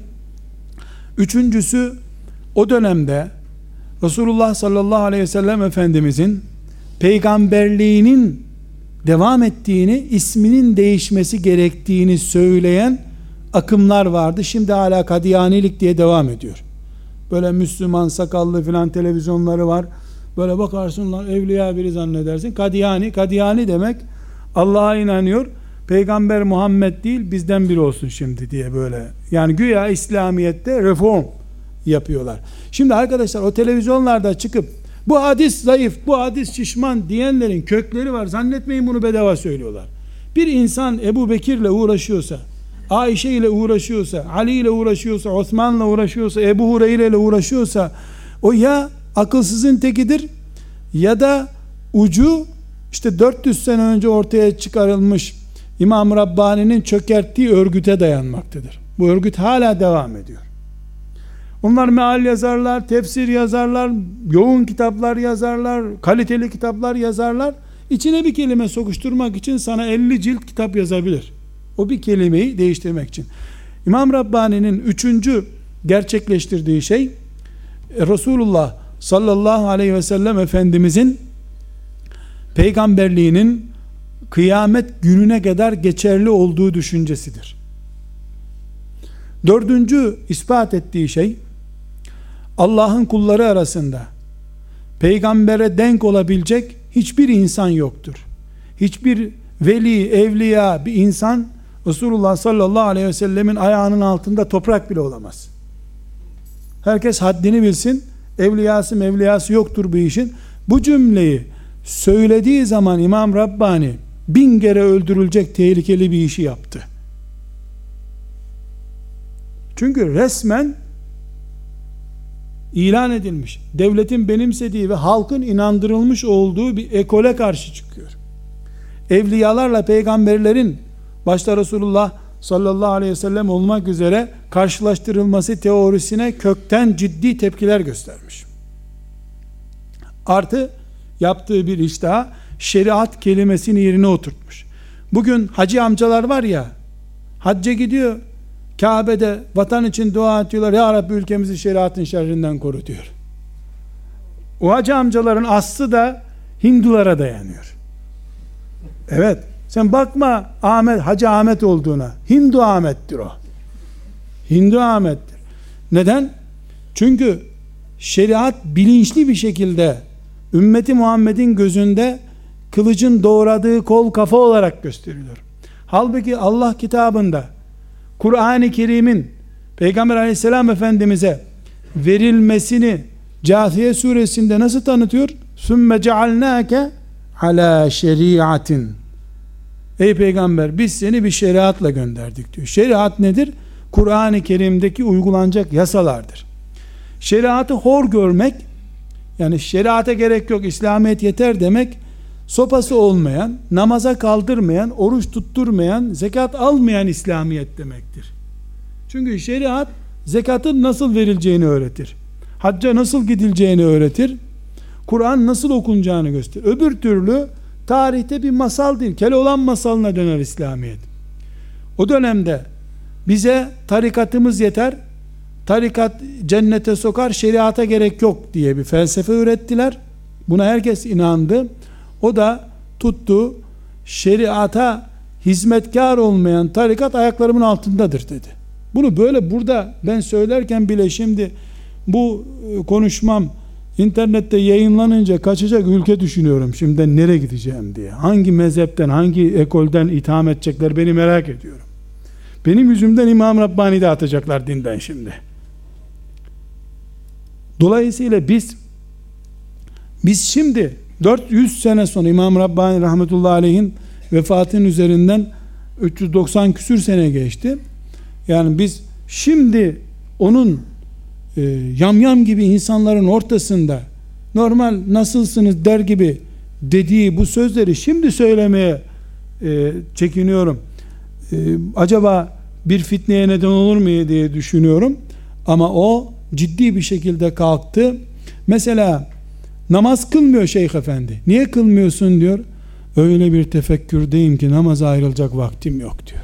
Üçüncüsü, o dönemde Resulullah sallallahu aleyhi ve sellem Efendimizin peygamberliğinin devam ettiğini, isminin değişmesi gerektiğini söyleyen akımlar vardı. Şimdi hala Kadiyanilik diye devam ediyor. Böyle Müslüman sakallı filan televizyonları var. Böyle bakarsın lan evliya biri zannedersin. Kadiyani demek Allah'a inanıyor. Peygamber Muhammed değil bizden biri olsun şimdi diye böyle. Yani güya İslamiyet'te reform yapıyorlar. Şimdi arkadaşlar o televizyonlarda çıkıp bu hadis zayıf, bu hadis şişman diyenlerin kökleri var. Zannetmeyin bunu bedava söylüyorlar. Bir insan Ebu Bekir'le uğraşıyorsa, Ayşe ile uğraşıyorsa, Ali ile uğraşıyorsa, Osman'la uğraşıyorsa, Ebu Hureyre ile uğraşıyorsa, o ya akılsızın tekidir ya da ucu işte 400 sene önce ortaya çıkarılmış İmam Rabbani'nin çökerttiği örgüte dayanmaktadır. Bu örgüt hala devam ediyor. Onlar meal yazarlar, tefsir yazarlar, yoğun kitaplar yazarlar, kaliteli kitaplar yazarlar. İçine bir kelime sokuşturmak için sana 50 cilt kitap yazabilir. O bir kelimeyi değiştirmek için. İmam Rabbani'nin üçüncü gerçekleştirdiği şey, Resulullah sallallahu aleyhi ve sellem Efendimizin peygamberliğinin kıyamet gününe kadar geçerli olduğu düşüncesidir. Dördüncü ispat ettiği şey, Allah'ın kulları arasında peygambere denk olabilecek hiçbir insan yoktur. Hiçbir veli, evliya bir insan Resulullah sallallahu aleyhi ve sellemin ayağının altında toprak bile olamaz. Herkes haddini bilsin. Evliyası yoktur bu işin. Bu cümleyi söylediği zaman İmam Rabbani 1000 kere öldürülecek tehlikeli bir işi yaptı. Çünkü resmen ilan edilmiş, devletin benimsediği ve halkın inandırılmış olduğu bir ekole karşı çıkıyor. Evliyalarla peygamberlerin başta Resulullah sallallahu aleyhi ve sellem olmak üzere karşılaştırılması teorisine kökten ciddi tepkiler göstermiş. Artı yaptığı bir iş daha, şeriat kelimesini yerine oturtmuş. Bugün hacı amcalar var ya, hacca gidiyor, Kabe'de vatan için dua ediyorlar, ya Rabbi ülkemizi şeriatın şerrinden koru diyor. O hacı amcaların aslı da Hindulara dayanıyor. Evet, sen bakma Hacı Ahmet olduğuna, Hindu Ahmet'tir o. Hindu Ahmet'tir. Neden? Çünkü şeriat bilinçli bir şekilde ümmeti Muhammed'in gözünde kılıcın doğradığı kol kafa olarak gösteriliyor. Halbuki Allah kitabında Kur'an-ı Kerim'in Peygamber aleyhisselam efendimize verilmesini Câthiye suresinde nasıl tanıtıyor? Sümme cealnâke alâ şeriatin. Ey peygamber biz seni bir şeriatla gönderdik diyor. Şeriat nedir? Kur'an-ı Kerim'deki uygulanacak yasalardır. Şeriatı hor görmek, yani şeriata gerek yok, İslamiyet yeter demek, sopası olmayan, namaza kaldırmayan, oruç tutturmayan, zekat almayan İslamiyet demektir. Çünkü şeriat zekatın nasıl verileceğini öğretir. Hacca nasıl gidileceğini öğretir. Kur'an nasıl okunacağını gösterir. Öbür türlü tarihte bir masal değil, Keloğlan masalına döner İslamiyet. O dönemde bize tarikatımız yeter, tarikat cennete sokar, şeriata gerek yok diye bir felsefe ürettiler. Buna herkes inandı. O da tuttu, şeriata hizmetkar olmayan tarikat ayaklarımın altındadır dedi. Bunu böyle burada ben söylerken bile şimdi bu konuşmam internette yayınlanınca kaçacak ülke düşünüyorum. Şimdi nereye gideceğim diye. Hangi mezhepten, hangi ekolden itham edecekler beni merak ediyorum. Benim yüzümden İmam Rabbani'yi de atacaklar dinden şimdi. Dolayısıyla biz şimdi 400 sene sonra İmam Rabbani rahmetullahi aleyhin vefatının üzerinden 390 küsür sene geçti. Yani biz şimdi onun yamyam gibi insanların ortasında normal nasılsınız der gibi dediği bu sözleri şimdi söylemeye çekiniyorum. Acaba bir fitneye neden olur mu diye düşünüyorum. Ama o ciddi bir şekilde kalktı. Mesela namaz kılmıyor Şeyh Efendi. Niye kılmıyorsun diyor. Öyle bir tefekkürdeyim ki namaza ayrılacak vaktim yok diyor.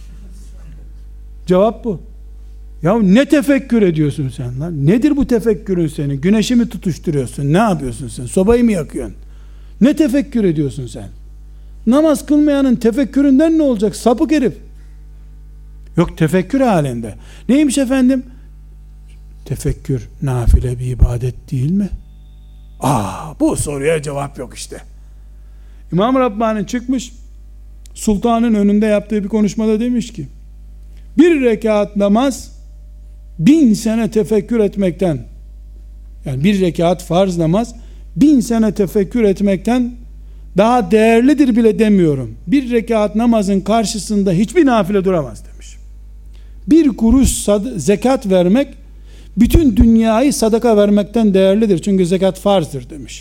Cevap bu. Ya ne tefekkür ediyorsun sen lan? Nedir bu tefekkürün senin? Güneşi mi tutuşturuyorsun? Ne yapıyorsun sen? Sobayı mı yakıyorsun? Ne tefekkür ediyorsun sen? Namaz kılmayanın tefekküründen ne olacak? Sapık herif. Yok, tefekkür halinde. Neymiş efendim? Tefekkür nafile bir ibadet değil mi? Bu soruya cevap yok işte. İmam Rabbani çıkmış, sultanın önünde yaptığı bir konuşmada demiş ki, bir rekat namaz 1000 sene tefekkür etmekten, yani bir rekat farz namaz 1000 sene tefekkür etmekten daha değerlidir bile demiyorum. Bir rekat namazın karşısında hiçbir nafile duramaz demiş. Bir kuruş zekat vermek bütün dünyayı sadaka vermekten değerlidir. Çünkü zekat farzdır demiş.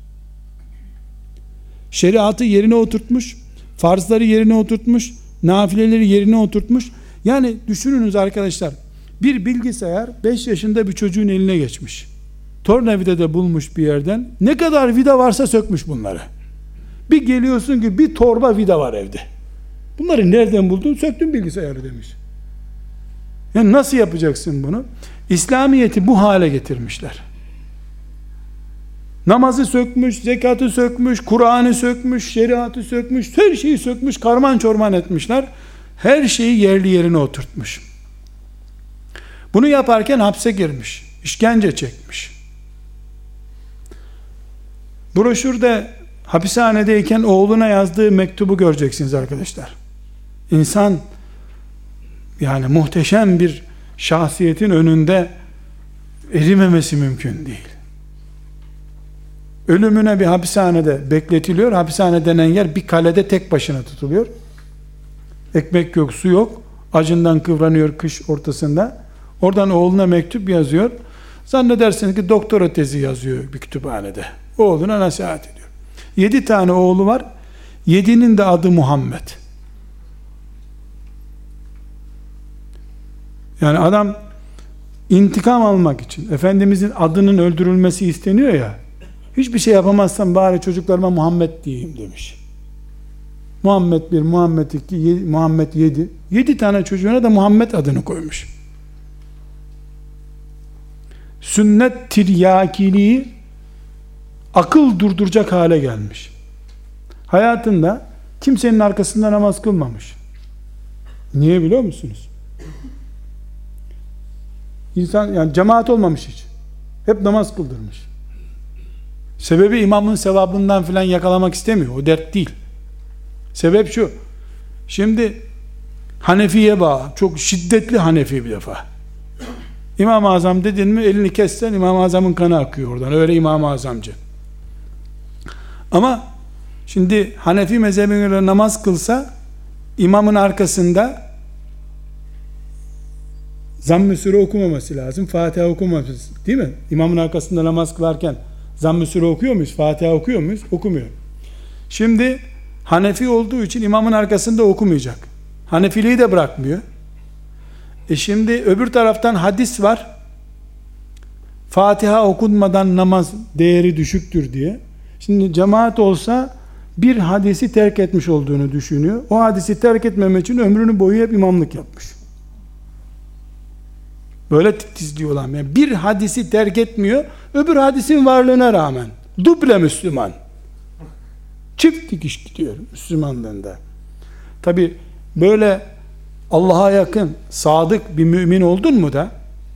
Şeriatı yerine oturtmuş, farzları yerine oturtmuş, nafileleri yerine oturtmuş. Yani düşününüz arkadaşlar, bir bilgisayar 5 yaşında bir çocuğun eline geçmiş. Tornavida da bulmuş bir yerden. Ne kadar vida varsa sökmüş bunları. Bir geliyorsun ki bir torba vida var evde. Bunları nereden buldun? Söktüm bilgisayarı demiş. Yani nasıl yapacaksın bunu? İslamiyet'i bu hale getirmişler. Namazı sökmüş, zekatı sökmüş, Kur'an'ı sökmüş, şeriatı sökmüş, her şeyi sökmüş, karman çorman etmişler. Her şeyi yerli yerine oturtmuş. Bunu yaparken hapse girmiş, işkence çekmiş. Broşürde hapishanedeyken oğluna yazdığı mektubu göreceksiniz arkadaşlar. İnsan, yani muhteşem bir şahsiyetin önünde erimemesi mümkün değil. Ölümüne bir hapishanede bekletiliyor. Hapishane denen yer bir kalede tek başına tutuluyor. Ekmek yok, su yok. Acından kıvranıyor kış ortasında. Oradan oğluna mektup yazıyor. Zannedersiniz ki doktora tezi yazıyor bir kütüphanede. Oğluna nasihat ediyor. 7 tane oğlu var. 7'nin de adı Muhammed. Yani adam intikam almak için, Efendimizin adının öldürülmesi isteniyor ya, hiçbir şey yapamazsam bari çocuklarıma Muhammed diyeyim demiş. Muhammed 1, Muhammed 2, Muhammed 7. 7 tane çocuğuna da Muhammed adını koymuş. Sünnet tiryakiliği akıl durduracak hale gelmiş. Hayatında kimsenin arkasında namaz kılmamış. Niye biliyor musunuz? İnsan, yani cemaat olmamış hiç. Hep namaz kıldırmış. Sebebi imamın sevabından filan yakalamak istemiyor. O dert değil. Sebep şu. Şimdi Hanefi'ye bağlı. Çok şiddetli Hanefi bir defa. İmam-ı Azam dedin mi elini kessen İmam-ı Azam'ın kanı akıyor oradan. Öyle İmam-ı Azamcı. Ama şimdi Hanefi mezhebine göre namaz kılsa imamın arkasında zamm-ı sure okumaması lazım. Fatiha okumaması, değil mi? İmamın arkasında namaz kılarken zamm-ı sure okuyor muyuz? Fatiha okuyor muyuz? Okumuyor. Şimdi Hanefi olduğu için imamın arkasında okumayacak. Hanefiliği de bırakmıyor. Şimdi öbür taraftan hadis var. Fatiha okunmadan namaz değeri düşüktür diye. Şimdi cemaat olsa bir hadisi terk etmiş olduğunu düşünüyor. O hadisi terk etmemek için ömrünü boyu hep imamlık yapmış. Böyle titizliği olan, yani bir hadisi terk etmiyor, öbür hadisin varlığına rağmen. Duble Müslüman. Çift dikiş gidiyor Müslümanlığında. Tabi böyle Allah'a yakın, sadık bir mümin oldun mu da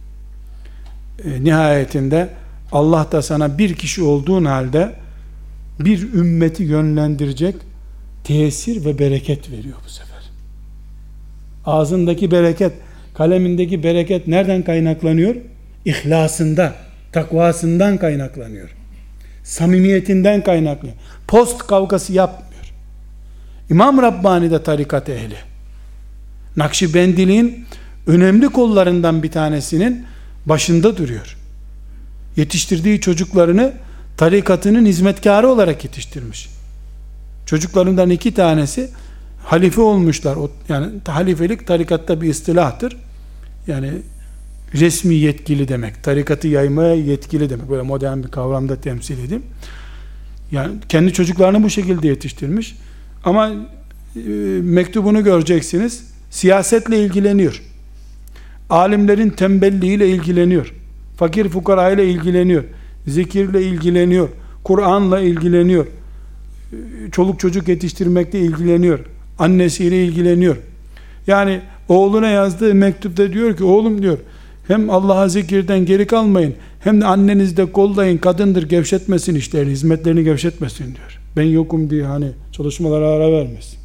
nihayetinde Allah da sana bir kişi olduğun halde bir ümmeti yönlendirecek tesir ve bereket veriyor bu sefer. Ağzındaki bereket, kalemindeki bereket nereden kaynaklanıyor? İhlasında, takvasından kaynaklanıyor. Samimiyetinden kaynaklanıyor. Post kavgası yapmıyor. İmam Rabbani de tarikat ehli. Nakşibendiliğin önemli kollarından bir tanesinin başında duruyor. Yetiştirdiği çocuklarını tarikatının hizmetkarı olarak yetiştirmiş. Çocuklarından 2 tanesi halife olmuşlar. Yani halifelik tarikatta bir istilahtır. Yani resmi yetkili demek. Tarikatı yaymaya yetkili demek. Böyle modern bir kavramda temsil edeyim. Yani kendi çocuklarını bu şekilde yetiştirmiş. Ama mektubunu göreceksiniz. Siyasetle ilgileniyor. Alimlerin tembelliğiyle ilgileniyor. Fakir fukara ile ilgileniyor. Zikirle ilgileniyor. Kur'an'la ilgileniyor. Çoluk çocuk yetiştirmekle ilgileniyor. Annesiyle ilgileniyor. Yani oğluna yazdığı mektupta diyor ki, oğlum diyor, hem Allah'a zikirden geri kalmayın, hem de annenizi de kollayın, kadındır, gevşetmesin işlerini, hizmetlerini gevşetmesin diyor. Ben yokum diye hani çalışmalara ara vermesin.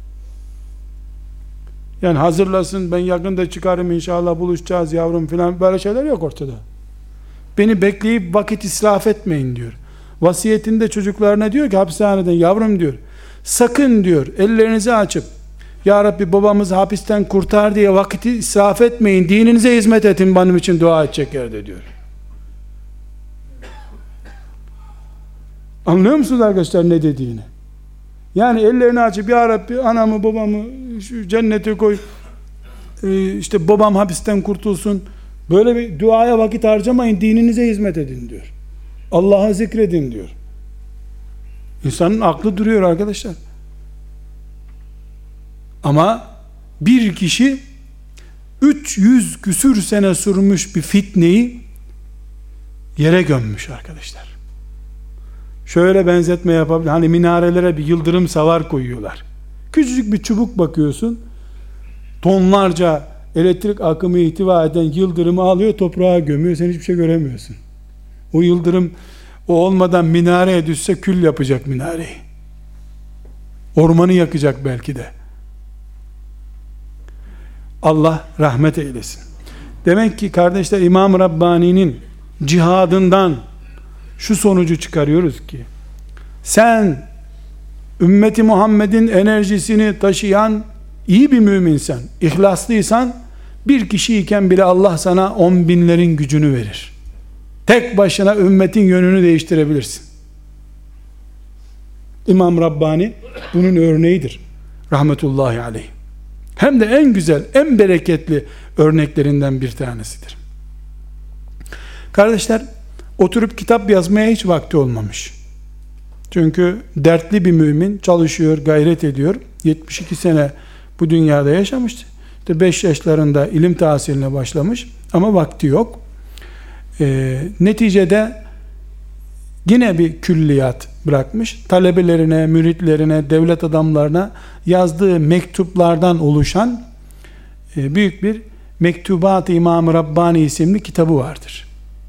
Yani hazırlasın, ben yakında çıkarım inşallah, buluşacağız yavrum filan, böyle şeyler yok ortada. Beni bekleyip vakit israf etmeyin diyor. Vasiyetinde çocuklarına diyor ki, hapishaneden, yavrum diyor, sakın diyor ellerinizi açıp ya Rabbi babamızı hapisten kurtar diye vakiti israf etmeyin, dininize hizmet edin, benim için dua edecek yerde diyor. Anlıyor musunuz arkadaşlar ne dediğini? Yani ellerini açıp ya Rabbi anamı babamı şu cennete koy, işte babam hapisten kurtulsun, böyle bir duaya vakit harcamayın, dininize hizmet edin diyor. Allah'a zikredin diyor. İnsanın aklı duruyor arkadaşlar. Ama bir kişi 300 küsür sene sürmüş bir fitneyi yere gömmüş arkadaşlar. Şöyle benzetme yapabilir. Hani minarelere bir yıldırım savar koyuyorlar. Küçücük bir çubuk bakıyorsun, tonlarca elektrik akımı ihtiva eden yıldırımı alıyor, toprağa gömüyor, sen hiçbir şey göremiyorsun. O yıldırım o olmadan minareye düşse kül yapacak minareyi. Ormanı yakacak belki de. Allah rahmet eylesin. Demek ki kardeşler, İmam Rabbani'nin cihadından şu sonucu çıkarıyoruz ki, sen ümmeti Muhammed'in enerjisini taşıyan iyi bir müminsen, ihlaslıysan, bir kişiyken bile Allah sana 10 binlerin gücünü verir. Tek başına ümmetin yönünü değiştirebilirsin. İmam Rabbani bunun örneğidir. Rahmetullahi aleyh. Hem de en güzel, en bereketli örneklerinden bir tanesidir. Kardeşler, oturup kitap yazmaya hiç vakti olmamış. Çünkü dertli bir mümin, çalışıyor, gayret ediyor. 72 sene bu dünyada yaşamıştı. İşte 5 yaşlarında ilim tahsiline başlamış ama vakti yok. Neticede yine bir külliyat bırakmış. Talebelerine, müritlerine, devlet adamlarına yazdığı mektuplardan oluşan büyük bir Mektubat-ı İmam-ı Rabbani isimli kitabı vardır.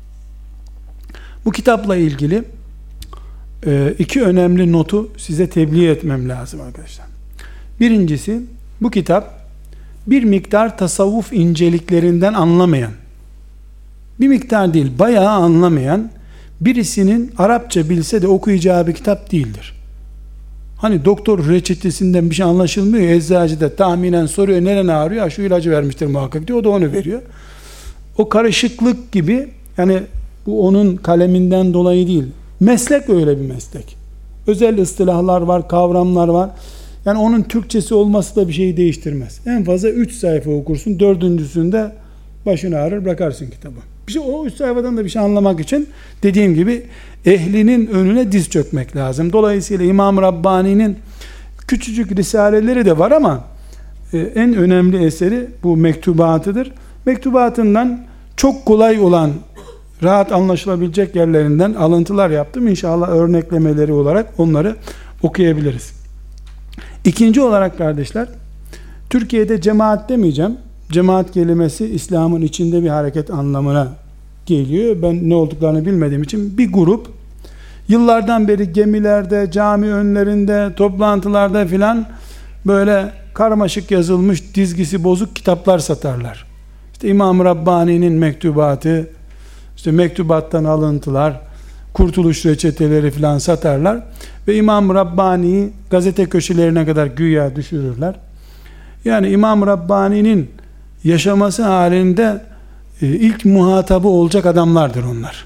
Bu kitapla ilgili 2 önemli notu size tebliğ etmem lazım arkadaşlar. Birincisi, bu kitap bir miktar tasavvuf inceliklerinden anlamayan, bir miktar değil, bayağı anlamayan birisinin Arapça bilse de okuyacağı bir kitap değildir. Hani doktor reçetesinden bir şey anlaşılmıyor, eczacı da tahminen soruyor, nerene ağrıyor, şu ilacı vermiştir muhakkak diyor, o da onu veriyor. O karışıklık gibi, yani bu onun kaleminden dolayı değil, meslek öyle bir meslek. Özel ıstilahlar var, kavramlar var. Yani onun Türkçesi olması da bir şeyi değiştirmez. En fazla 3 sayfa okursun, 4.'sünde başını ağrır, bırakarsın kitabı. O 3 sayfadan da bir şey anlamak için dediğim gibi ehlinin önüne diz çökmek lazım. Dolayısıyla İmam Rabbani'nin küçücük risaleleri de var ama en önemli eseri bu mektubatıdır. Mektubatından çok kolay olan, rahat anlaşılabilecek yerlerinden alıntılar yaptım. İnşallah örneklemeleri olarak onları okuyabiliriz. İkinci olarak kardeşler, Türkiye'de cemaat demeyeceğim. Cemaat kelimesi İslam'ın içinde bir hareket anlamına geliyor. Ben ne olduklarını bilmediğim için bir grup yıllardan beri gemilerde, cami önlerinde, toplantılarda filan böyle karmaşık yazılmış, dizgisi bozuk kitaplar satarlar. İşte İmam Rabbani'nin mektubatı, işte mektubattan alıntılar, kurtuluş reçeteleri filan satarlar ve İmam Rabbani'yi gazete köşelerine kadar güya düşürürler. Yani İmam Rabbani'nin yaşaması halinde ilk muhatabı olacak adamlardır onlar.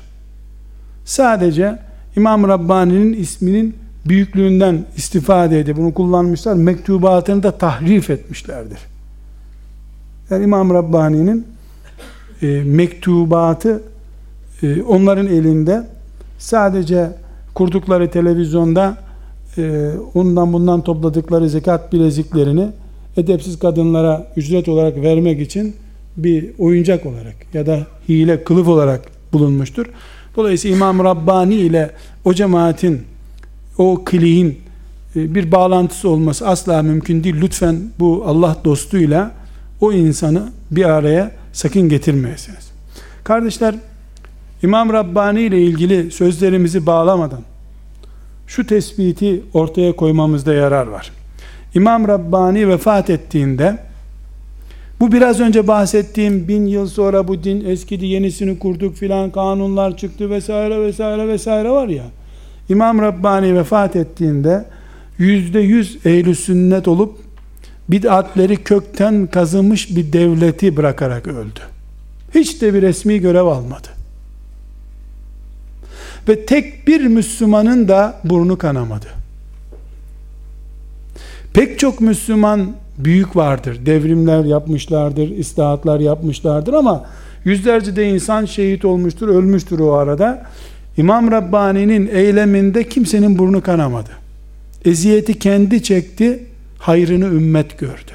Sadece İmam Rabbani'nin isminin büyüklüğünden istifade edip bunu kullanmışlar, mektubatını da tahrif etmişlerdir. Yani İmam Rabbani'nin mektubatı onların elinde, sadece kurdukları televizyonda ondan bundan topladıkları zekat bileziklerini edepsiz kadınlara ücret olarak vermek için bir oyuncak olarak ya da hile, kılıf olarak bulunmuştur. Dolayısıyla İmam Rabbani ile o cemaatin, o kliğin bir bağlantısı olması asla mümkün değil. Lütfen bu Allah dostuyla o insanı bir araya sakın getirmeyesiniz. Kardeşler, İmam Rabbani ile ilgili sözlerimizi bağlamadan şu tespiti ortaya koymamızda yarar var. İmam Rabbani vefat ettiğinde, bu biraz önce bahsettiğim 1000 yıl sonra bu din eskidi, yenisini kurduk filan, kanunlar çıktı vesaire vesaire vesaire var ya, İmam Rabbani vefat ettiğinde %100 ehl-i sünnet olup bid'atleri kökten kazımış bir devleti bırakarak öldü. Hiç de bir resmi görev almadı. Ve tek bir Müslümanın da burnu kanamadı. Pek çok Müslüman büyük vardır. Devrimler yapmışlardır, islahatlar yapmışlardır ama yüzlerce de insan şehit olmuştur, ölmüştür o arada. İmam Rabbani'nin eyleminde kimsenin burnu kanamadı. Eziyeti kendi çekti, hayrını ümmet gördü.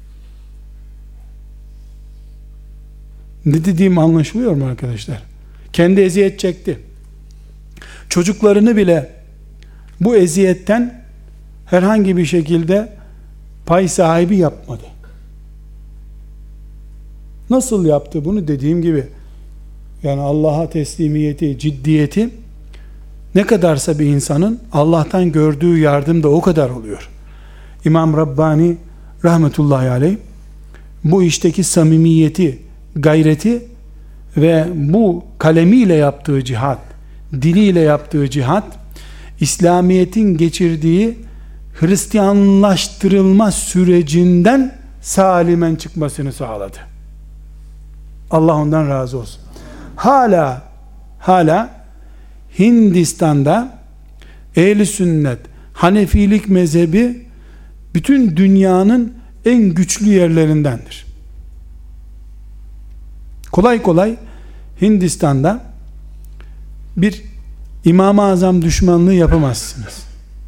Ne dediğim anlaşılıyor mu arkadaşlar? Kendi eziyet çekti. Çocuklarını bile bu eziyetten herhangi bir şekilde pay sahibi yapmadı. Nasıl yaptı bunu? Dediğim gibi, yani Allah'a teslimiyeti, ciddiyeti ne kadarsa bir insanın Allah'tan gördüğü yardım da o kadar oluyor. İmam Rabbani rahmetullahi aleyh bu işteki samimiyeti, gayreti ve bu kalemiyle yaptığı cihat, diliyle yaptığı cihat, İslamiyet'in geçirdiği Hristiyanlaştırılma sürecinden salimen çıkmasını sağladı. Allah ondan razı olsun. Hala Hindistan'da ehl-i sünnet, Hanefilik mezhebi bütün dünyanın en güçlü yerlerindendir. Kolay kolay Hindistan'da bir İmam-ı Azam düşmanlığı yapamazsınız.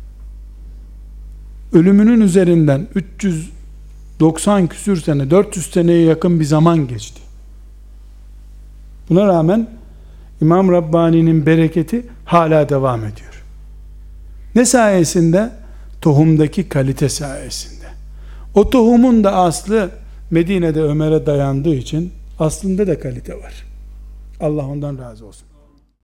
Ölümünün üzerinden 390 küsür sene, 400 seneye yakın bir zaman geçti. Buna rağmen İmam Rabbani'nin bereketi hala devam ediyor. Ne sayesinde? Tohumdaki kalite sayesinde. O tohumun da aslı Medine'de Ömer'e dayandığı için aslında da kalite var. Allah ondan razı olsun.